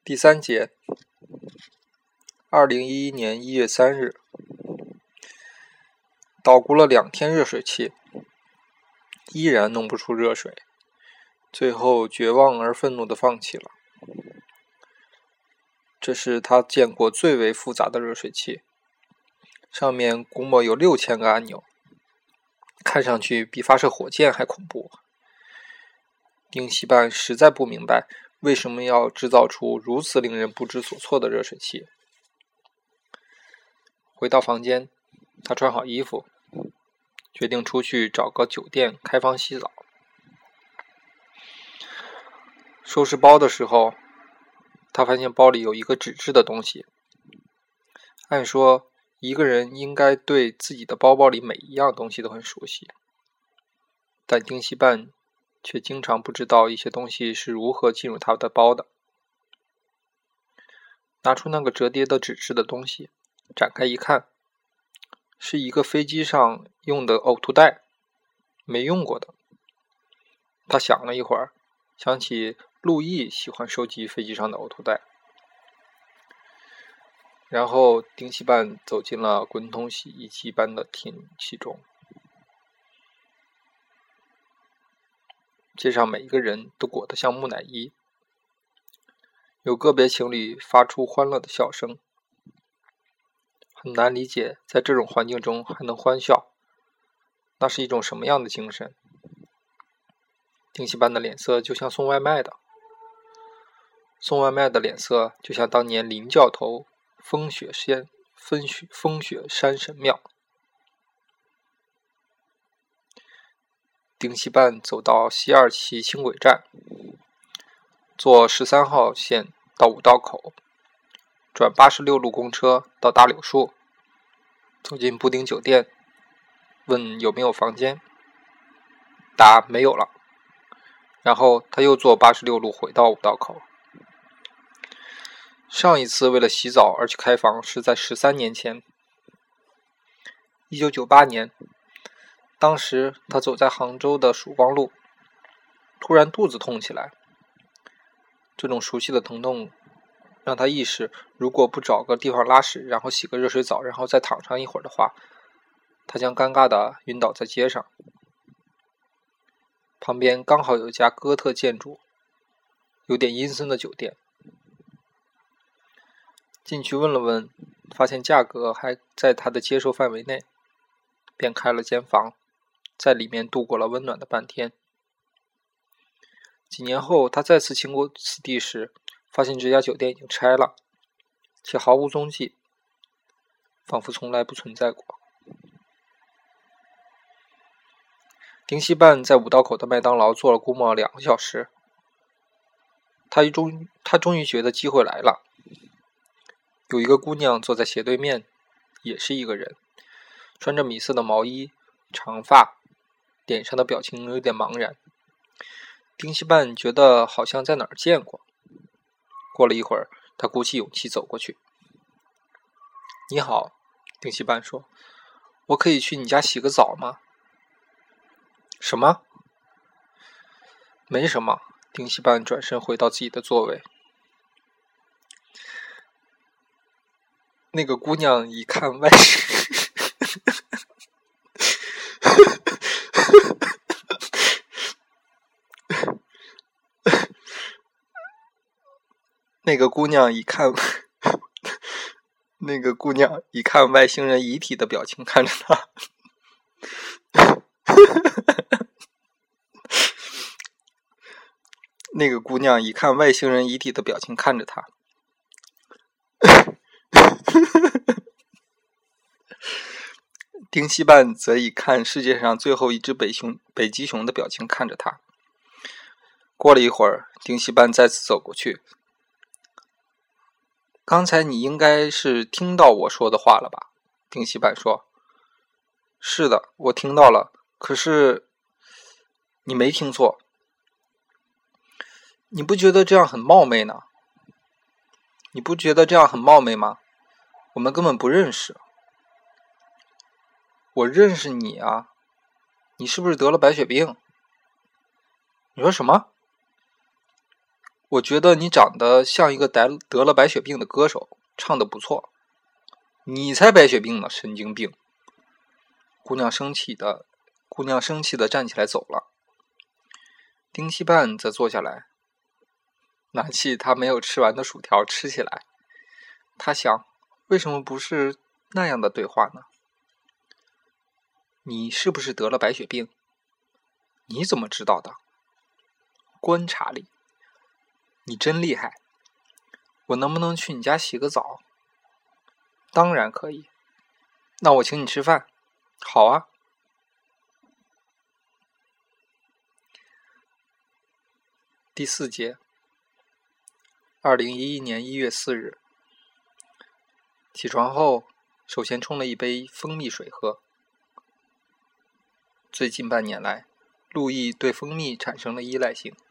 第3节，2011年1月3日，捣鼓了2天热水器，依然弄不出热水，最后绝望而愤怒地放弃了。这是他见过最为复杂的热水器，上面估摸有6000个按钮，看上去比发射火箭还恐怖。丁西半实在不明白为什么要制造出如此令人不知所措的热水器。回到房间，他穿好衣服，决定出去找个酒店开房洗澡。收拾包的时候，他发现包里有一个纸质的东西。按说，一个人应该对自己的包包里每一样东西都很熟悉，但丁西半却经常不知道一些东西是如何进入他的包的。拿出那个折叠的纸质的东西，展开一看，是一个飞机上用的呕吐袋，没用过的。他想了一会儿，想起陆毅喜欢收集飞机上的呕吐袋。然后丁西半走进了滚筒洗衣机般的天气中。街上每一个人都裹得像木乃伊，有个别情侣发出欢乐的笑声。很难理解在这种环境中还能欢笑，那是一种什么样的精神。丁西半的脸色就像送外卖的，送外卖的脸色就像当年林教头风雪山神庙。丁西半走到西2旗轻轨站，坐13号线到五道口，转86路公车到大柳树，走进布丁酒店，问有没有房间，答没有了。然后他又坐86路回到五道口。上一次为了洗澡而去开房是在13年前，1998年，当时他走在杭州的曙光路，突然肚子痛起来。这种熟悉的疼痛让他意识，如果不找个地方拉屎，然后洗个热水澡，然后再躺上一会儿的话，他将尴尬地晕倒在街上。旁边刚好有一家哥特建筑，有点阴森的酒店。进去问了问，发现价格还在他的接受范围内，便开了间房，在里面度过了温暖的半天。几年后，他再次经过此地时，发现这家酒店已经拆了，且毫无踪迹，仿佛从来不存在过。丁西半在五道口的麦当劳坐了估摸2个小时，他终于觉得机会来了。有一个姑娘坐在斜对面，也是一个人，穿着米色的毛衣，长发，脸上的表情有点茫然。丁西半觉得好像在哪儿见过。过了一会儿，他鼓起勇气走过去。你好，丁西半说，我可以去你家洗个澡吗？什么？没什么。丁西半转身回到自己的座位。那个姑娘一看外那个姑娘一看外星人遗体的表情看着他。那个姑娘一看外星人遗体的表情看着他。丁西半则以看世界上最后一只北极熊的表情看着他。过了一会儿，丁西半再次走过去。刚才你应该是听到我说的话了吧？丁西半说。是的，我听到了，可是你没听错。你不觉得这样很冒昧呢？你不觉得这样很冒昧吗？我们根本不认识。我认识你啊，你是不是得了白血病？你说什么？ 我觉得你长得像一个得了白血病的歌手，唱得不错。你才白血病呢，神经病！姑娘生气的站起来走了。丁稀半则坐下来，拿起他没有吃完的薯条吃起来。他想，为什么不是那样的对话呢？你是不是得了白血病？你怎么知道的？观察力。你真厉害。我能不能去你家洗个澡？当然可以。那我请你吃饭。好啊。第4节，2011年1月4日。起床后，首先冲了一杯蜂蜜水喝。最近半年来，路易对蜂蜜产生了依赖性。